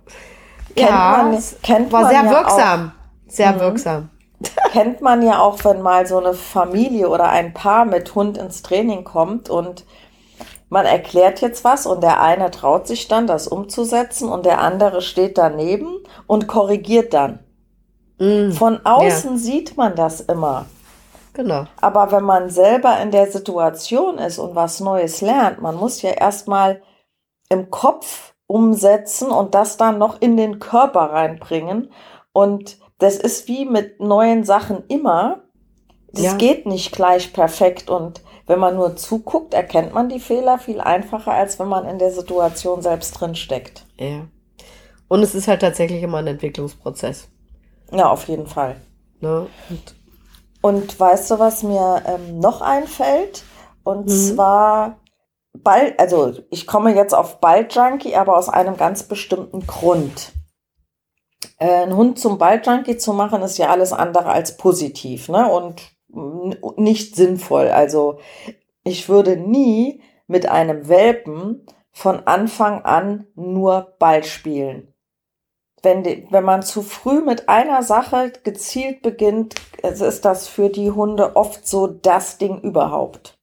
Speaker 2: war sehr wirksam. Sehr wirksam.
Speaker 3: Kennt man ja auch, wenn mal so eine Familie oder ein Paar mit Hund ins Training kommt und man erklärt jetzt was und der eine traut sich dann, das umzusetzen und der andere steht daneben und korrigiert dann. Von außen sieht man das immer.
Speaker 2: Genau.
Speaker 3: Aber wenn man selber in der Situation ist und was Neues lernt, man muss ja erstmal im Kopf umsetzen und das dann noch in den Körper reinbringen. Und das ist wie mit neuen Sachen immer. Das geht nicht gleich perfekt. Und wenn man nur zuguckt, erkennt man die Fehler viel einfacher, als wenn man in der Situation selbst drin steckt.
Speaker 2: Ja. Und es ist halt tatsächlich immer ein Entwicklungsprozess.
Speaker 3: Ja, auf jeden Fall.
Speaker 2: Ne?
Speaker 3: Und weißt du, was mir noch einfällt? Und zwar, also ich komme jetzt auf Balljunkie, aber aus einem ganz bestimmten Grund. Einen Hund zum Balljunkie zu machen, ist ja alles andere als positiv, ne? Und nicht sinnvoll. Also ich würde nie mit einem Welpen von Anfang an nur Ball spielen. Wenn man zu früh mit einer Sache gezielt beginnt, ist das für die Hunde oft so das Ding überhaupt.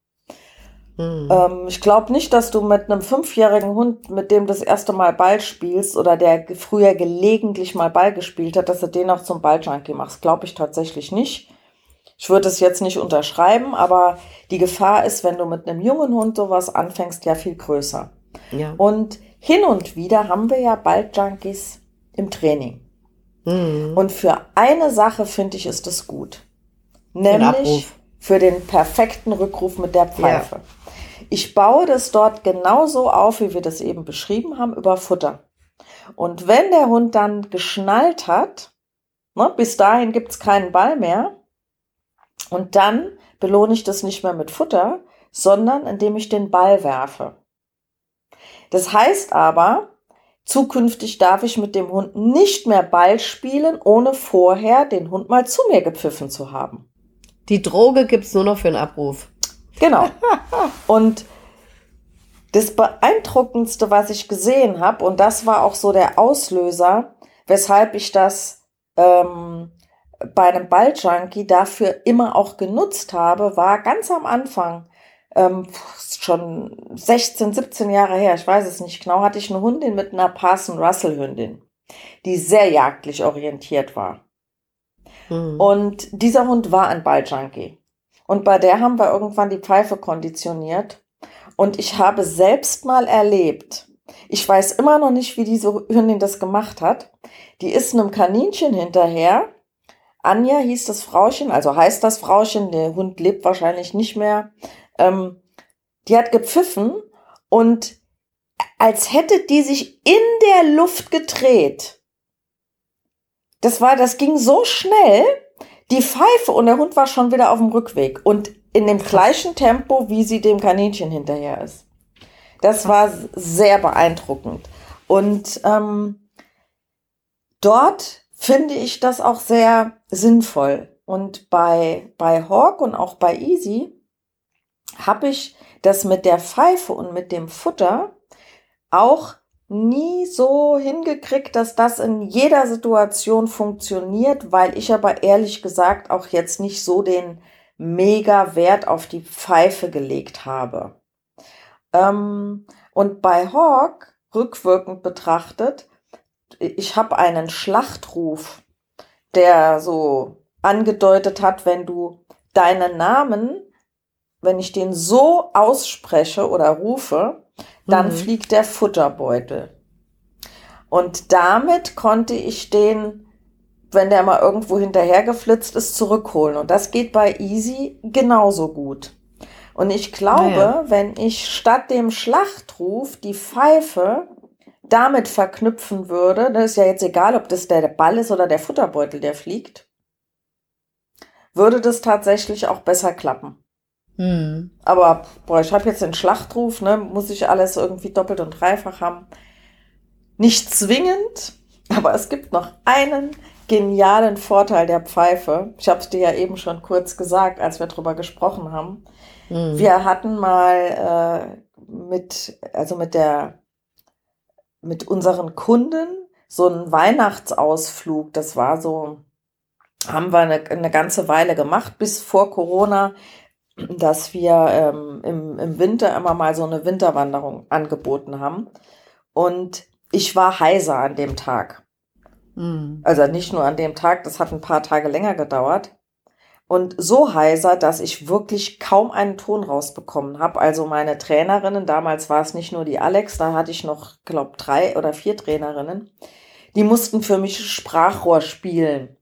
Speaker 3: Ich glaube nicht, dass du mit einem 5-jährigen Hund, mit dem das erste Mal Ball spielst oder der früher gelegentlich mal Ball gespielt hat, dass du den auch zum Balljunkie machst. Glaube ich tatsächlich nicht. Ich würde es jetzt nicht unterschreiben, aber die Gefahr ist, wenn du mit einem jungen Hund sowas anfängst, ja viel größer.
Speaker 2: Ja.
Speaker 3: Und hin und wieder haben wir ja Balljunkies im Training. Und für eine Sache, finde ich, ist es gut. Nämlich für den perfekten Rückruf mit der Pfeife. Ja. Ich baue das dort genauso auf, wie wir das eben beschrieben haben, über Futter. Und wenn der Hund dann geschnallt hat, bis dahin gibt es keinen Ball mehr, und dann belohne ich das nicht mehr mit Futter, sondern indem ich den Ball werfe. Das heißt aber, zukünftig darf ich mit dem Hund nicht mehr Ball spielen, ohne vorher den Hund mal zu mir gepfiffen zu haben.
Speaker 2: Die Droge gibt's nur noch für einen Abruf.
Speaker 3: Genau. Und das Beeindruckendste, was ich gesehen habe, und das war auch so der Auslöser, weshalb ich das bei einem Balljunkie dafür immer auch genutzt habe, war ganz am Anfang, schon 16, 17 Jahre her, ich weiß es nicht genau, hatte ich eine Hündin mit einer Parson-Russell-Hündin, die sehr jagdlich orientiert war. Und dieser Hund war ein Balljunkie. Und bei der haben wir irgendwann die Pfeife konditioniert. Und ich habe selbst mal erlebt, ich weiß immer noch nicht, wie diese Hündin das gemacht hat. Die ist einem Kaninchen hinterher. Anja hieß das Frauchen, also heißt das Frauchen, der Hund lebt wahrscheinlich nicht mehr. Die hat gepfiffen und als hätte die sich in der Luft gedreht. Das ging so schnell, die Pfeife und der Hund war schon wieder auf dem Rückweg und in dem gleichen Tempo, wie sie dem Kaninchen hinterher ist. Das war sehr beeindruckend. Und dort finde ich das auch sehr sinnvoll. Und bei Hawk und auch bei Easy habe ich das mit der Pfeife und mit dem Futter auch nie so hingekriegt, dass das in jeder Situation funktioniert, weil ich aber ehrlich gesagt auch jetzt nicht so den mega Wert auf die Pfeife gelegt habe. Und bei Hawk, rückwirkend betrachtet, ich habe einen Schlachtruf, der so angedeutet hat, wenn du deinen Namen, wenn ich den so ausspreche oder rufe, dann fliegt der Futterbeutel. Und damit konnte ich den wenn der mal irgendwo hinterhergeflitzt ist, zurückholen. Und das geht bei Easy genauso gut. Und ich glaube, wenn ich statt dem Schlachtruf die Pfeife damit verknüpfen würde, das ist ja jetzt egal, ob das der Ball ist oder der Futterbeutel, der fliegt, würde das tatsächlich auch besser klappen. Aber ich habe jetzt den Schlachtruf, ne, muss ich alles irgendwie doppelt und dreifach haben. Nicht zwingend, aber es gibt noch einen genialen Vorteil der Pfeife. Ich habe es dir ja eben schon kurz gesagt, als wir drüber gesprochen haben. Wir hatten mal mit unseren Kunden so einen Weihnachtsausflug. Das war so, haben wir eine ganze Weile gemacht, bis vor Corona, dass wir im Winter immer mal so eine Winterwanderung angeboten haben. Und ich war heiser an dem Tag. Also nicht nur an dem Tag, das hat ein paar Tage länger gedauert. Und so heiser, dass ich wirklich kaum einen Ton rausbekommen habe. Also meine Trainerinnen, damals war es nicht nur die Alex, da hatte ich noch, glaube 3 oder 4 Trainerinnen, die mussten für mich Sprachrohr spielen.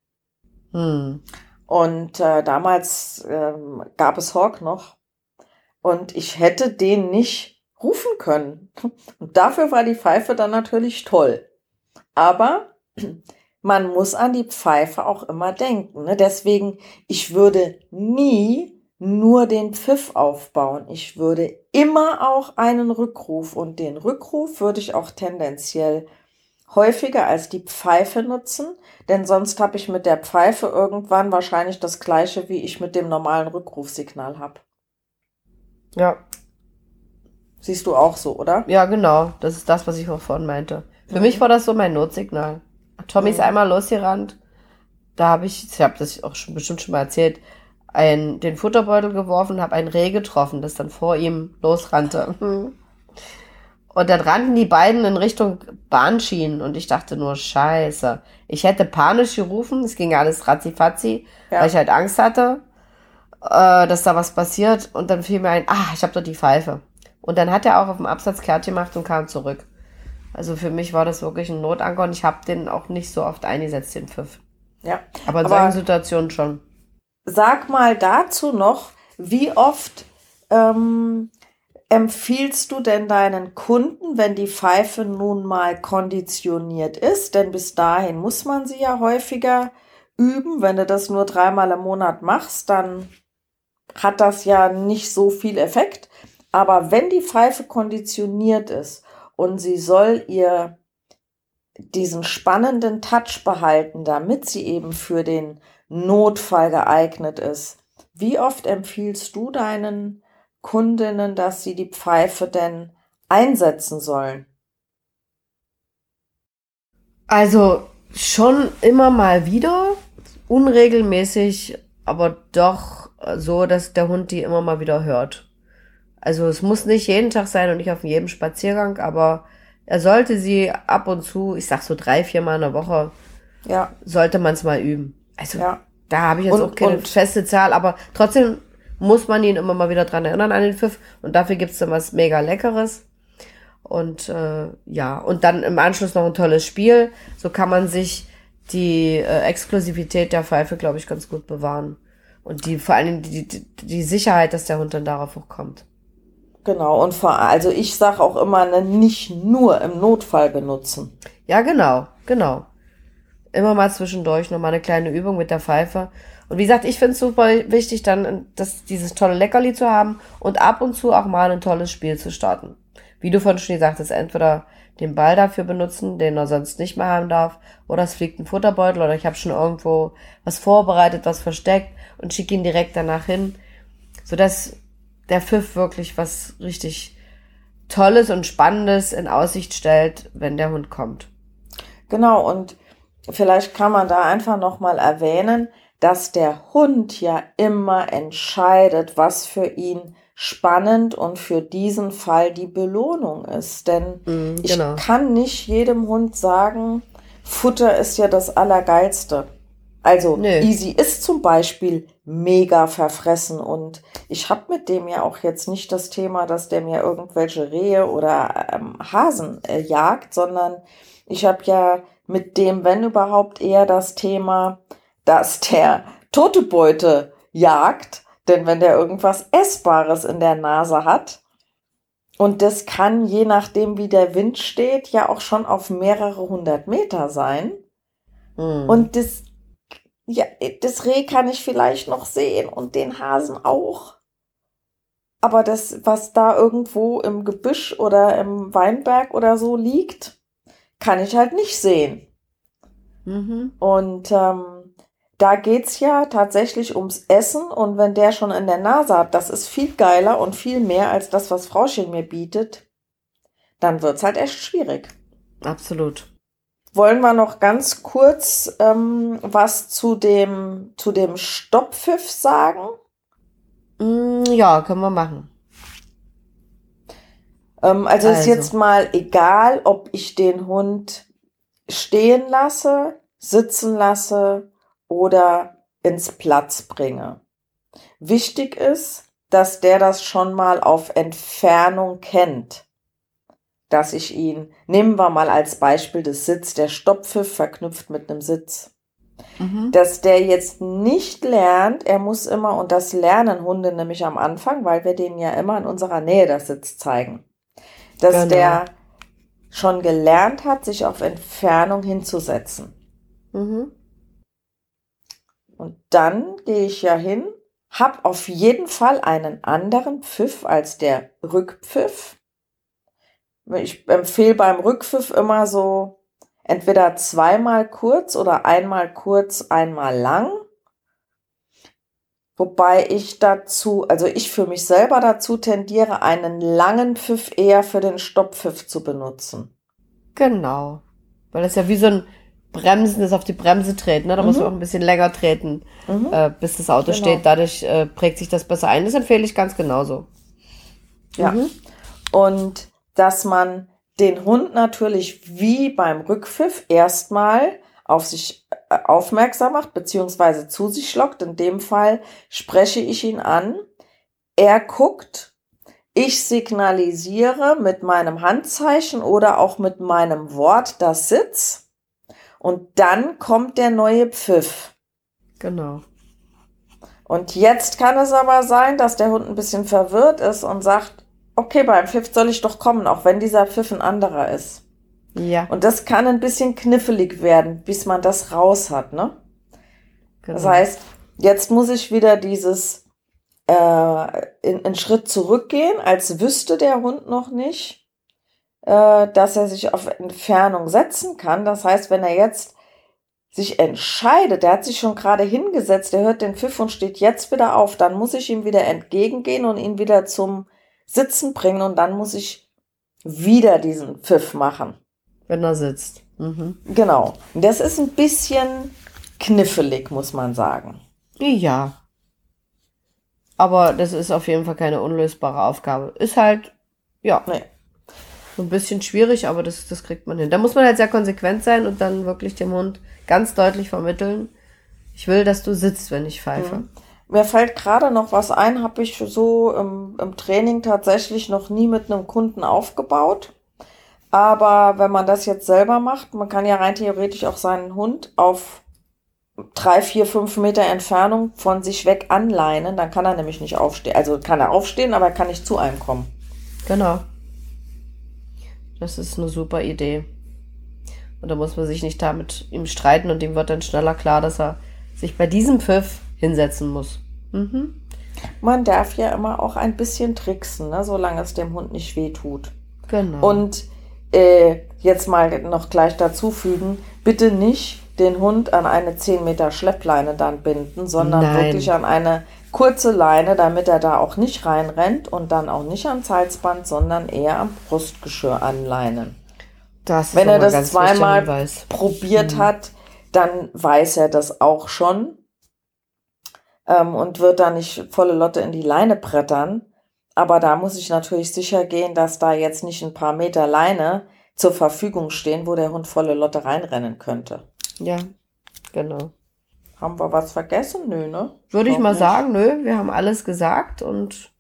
Speaker 3: Und damals gab es Hawk noch und ich hätte den nicht rufen können. Und dafür war die Pfeife dann natürlich toll. Aber man muss an die Pfeife auch immer denken. Ne? Deswegen, ich würde nie nur den Pfiff aufbauen. Ich würde immer auch einen Rückruf und den Rückruf würde ich auch tendenziell häufiger als die Pfeife nutzen, denn sonst habe ich mit der Pfeife irgendwann wahrscheinlich das gleiche, wie ich mit dem normalen Rückrufsignal habe.
Speaker 2: Ja.
Speaker 3: Siehst du auch so, oder?
Speaker 2: Ja, genau. Das ist das, was ich auch vorhin meinte. Für mich war das so mein Notsignal. Tommy ist einmal losgerannt. Da habe ich das auch bestimmt schon mal erzählt, den Futterbeutel geworfen, habe ein Reh getroffen, das dann vor ihm losrannte. Und dann rannten die beiden in Richtung Bahnschienen und ich dachte nur, scheiße. Ich hätte panisch gerufen, es ging alles ratzifatzi, weil ich halt Angst hatte, dass da was passiert. Und dann fiel mir ein, ich habe doch die Pfeife. Und dann hat er auch auf dem Absatz kehrt gemacht und kam zurück. Also für mich war das wirklich ein Notanker und ich habe den auch nicht so oft eingesetzt, den Pfiff.
Speaker 3: Ja.
Speaker 2: Aber in solchen Situationen schon.
Speaker 3: Sag mal dazu noch, wie oft empfiehlst du denn deinen Kunden, wenn die Pfeife nun mal konditioniert ist? Denn bis dahin muss man sie ja häufiger üben. Wenn du das nur 3-mal im Monat machst, dann hat das ja nicht so viel Effekt. Aber wenn die Pfeife konditioniert ist und sie soll ihr diesen spannenden Touch behalten, damit sie eben für den Notfall geeignet ist, wie oft empfiehlst du deinen Kundinnen, dass sie die Pfeife denn einsetzen sollen?
Speaker 2: Also schon immer mal wieder, unregelmäßig, aber doch so, dass der Hund die immer mal wieder hört. Also es muss nicht jeden Tag sein und nicht auf jedem Spaziergang, aber er sollte sie ab und zu, ich sag so 3-4 Mal in der Woche, sollte man es mal üben. Also da habe ich jetzt auch keine feste Zahl, aber trotzdem muss man ihn immer mal wieder dran erinnern an den Pfiff und dafür gibt's dann was mega Leckeres. Und und dann im Anschluss noch ein tolles Spiel. So kann man sich die Exklusivität der Pfeife, glaube ich, ganz gut bewahren. Und vor allen Dingen die Sicherheit, dass der Hund dann darauf auch kommt.
Speaker 3: Genau, und also ich sage auch immer, nicht nur im Notfall benutzen.
Speaker 2: Ja, genau. Immer mal zwischendurch nochmal eine kleine Übung mit der Pfeife. Und wie gesagt, ich finde es super wichtig, dann dieses tolle Leckerli zu haben und ab und zu auch mal ein tolles Spiel zu starten. Wie du vorhin schon gesagt hast, entweder den Ball dafür benutzen, den er sonst nicht mehr haben darf, oder es fliegt ein Futterbeutel oder ich habe schon irgendwo was vorbereitet, was versteckt und schicke ihn direkt danach hin, sodass der Pfiff wirklich was richtig Tolles und Spannendes in Aussicht stellt, wenn der Hund kommt.
Speaker 3: Genau, und vielleicht kann man da einfach nochmal erwähnen, dass der Hund ja immer entscheidet, was für ihn spannend und für diesen Fall die Belohnung ist. Denn ich kann nicht jedem Hund sagen, Futter ist ja das Allergeilste. Also Easy ist zum Beispiel mega verfressen und ich habe mit dem ja auch jetzt nicht das Thema, dass der mir irgendwelche Rehe oder Hasen jagt, sondern ich habe ja mit dem, wenn überhaupt, eher das Thema, dass der tote Beute jagt. Denn wenn der irgendwas Essbares in der Nase hat, und das kann, je nachdem wie der Wind steht, ja auch schon auf mehrere 100 Meter sein. Und das Reh kann ich vielleicht noch sehen und den Hasen auch. Aber das, was da irgendwo im Gebüsch oder im Weinberg oder so liegt, kann ich halt nicht sehen. Und da geht's ja tatsächlich ums Essen. Und wenn der schon in der Nase hat, das ist viel geiler und viel mehr als das, was Frauchen mir bietet, dann wird's halt echt schwierig.
Speaker 2: Absolut.
Speaker 3: Wollen wir noch ganz kurz was zu dem Stopppfiff sagen?
Speaker 2: Ja, können wir machen.
Speaker 3: Also ist jetzt mal egal, ob ich den Hund stehen lasse, sitzen lasse oder ins Platz bringe. Wichtig ist, dass der das schon mal auf Entfernung kennt. Dass ich ihn, nehmen wir mal als Beispiel des Sitz, der Stopppfiff verknüpft mit einem Sitz. Dass der jetzt nicht lernt, er muss immer, und das lernen Hunde nämlich am Anfang, weil wir denen ja immer in unserer Nähe das Sitz zeigen, dass der schon gelernt hat, sich auf Entfernung hinzusetzen. Und dann gehe ich ja hin, habe auf jeden Fall einen anderen Pfiff als der Rückpfiff. Ich empfehle beim Rückpfiff immer so entweder zweimal kurz oder einmal kurz, einmal lang. Wobei ich für mich selber dazu tendiere, einen langen Pfiff eher für den Stopppfiff zu benutzen.
Speaker 2: Genau. Weil das ja wie so ein Bremsen ist, auf die Bremse treten. Ne? Da muss man auch ein bisschen länger treten, bis das Auto steht. Dadurch prägt sich das besser ein. Das empfehle ich ganz genauso.
Speaker 3: Ja. Und dass man den Hund natürlich wie beim Rückpfiff erstmal auf sich aufmerksam macht, beziehungsweise zu sich lockt. In dem Fall spreche ich ihn an. Er guckt. Ich signalisiere mit meinem Handzeichen oder auch mit meinem Wort das Sitz. Und dann kommt der neue Pfiff.
Speaker 2: Genau.
Speaker 3: Und jetzt kann es aber sein, dass der Hund ein bisschen verwirrt ist und sagt, okay, beim Pfiff soll ich doch kommen, auch wenn dieser Pfiff ein anderer ist.
Speaker 2: Ja.
Speaker 3: Und das kann ein bisschen knifflig werden, bis man das raus hat, ne?
Speaker 2: Genau.
Speaker 3: Das heißt, jetzt muss ich wieder dieses einen Schritt zurückgehen, als wüsste der Hund noch nicht, dass er sich auf Entfernung setzen kann. Das heißt, wenn er jetzt sich entscheidet, der hat sich schon gerade hingesetzt, der hört den Pfiff und steht jetzt wieder auf, dann muss ich ihm wieder entgegengehen und ihn wieder zum Sitzen bringen und dann muss ich wieder diesen Pfiff machen.
Speaker 2: Wenn er sitzt.
Speaker 3: Genau. Das ist ein bisschen knifflig, muss man sagen.
Speaker 2: Ja. Aber das ist auf jeden Fall keine unlösbare Aufgabe. Ist halt, ja, so ein bisschen schwierig, aber das kriegt man hin. Da muss man halt sehr konsequent sein und dann wirklich dem Hund ganz deutlich vermitteln, ich will, dass du sitzt, wenn ich pfeife.
Speaker 3: Mir fällt gerade noch was ein, habe ich so im Training tatsächlich noch nie mit einem Kunden aufgebaut. Aber wenn man das jetzt selber macht, man kann ja rein theoretisch auch seinen Hund auf 3, 4, 5 Meter Entfernung von sich weg anleinen, dann kann er nämlich nicht aufstehen. Also kann er aufstehen, aber er kann nicht zu einem kommen.
Speaker 2: Genau. Das ist eine super Idee. Und da muss man sich nicht da mit ihm streiten und ihm wird dann schneller klar, dass er sich bei diesem Pfiff hinsetzen muss.
Speaker 3: Man darf ja immer auch ein bisschen tricksen, ne, solange es dem Hund nicht weh tut.
Speaker 2: Genau.
Speaker 3: Und jetzt mal noch gleich dazu fügen, bitte nicht den Hund an eine 10 Meter Schleppleine dann binden, sondern wirklich an eine kurze Leine, damit er da auch nicht reinrennt und dann auch nicht ans Halsband, sondern eher am Brustgeschirr anleinen. Wenn er das zweimal probiert hat, dann weiß er das auch schon und wird da nicht volle Lotte in die Leine brettern. Aber da muss ich natürlich sicher gehen, dass da jetzt nicht ein paar Meter Leine zur Verfügung stehen, wo der Hund volle Lotte reinrennen könnte.
Speaker 2: Ja, genau.
Speaker 3: Haben wir was vergessen? Nö, ne?
Speaker 2: Würde ich mal sagen, nö, wir haben alles gesagt und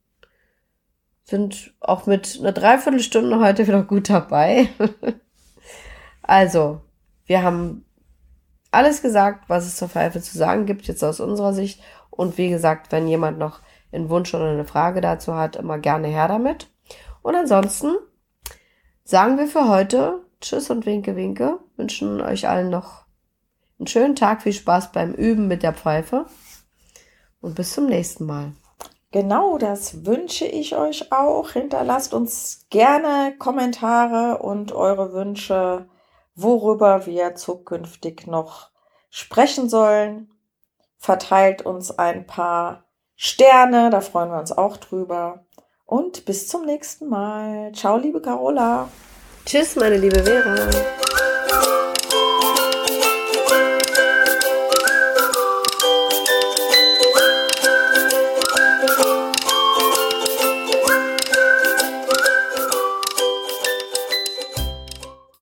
Speaker 2: sind auch mit einer Dreiviertelstunde heute wieder gut dabei. Also, Wir haben alles gesagt, was es zur Pfeife zu sagen gibt, jetzt aus unserer Sicht. Und wie gesagt, wenn jemand noch einen Wunsch oder eine Frage dazu hat, immer gerne her damit. Und ansonsten sagen wir für heute Tschüss und Winke, Winke. Wünschen euch allen noch einen schönen Tag, viel Spaß beim Üben mit der Pfeife. Und bis zum nächsten Mal.
Speaker 3: Genau, das wünsche ich euch auch. Hinterlasst uns gerne Kommentare und eure Wünsche, worüber wir zukünftig noch sprechen sollen. Verteilt uns ein paar Sterne, da freuen wir uns auch drüber. Und bis zum nächsten Mal. Ciao, liebe Carola.
Speaker 2: Tschüss, meine liebe Vera.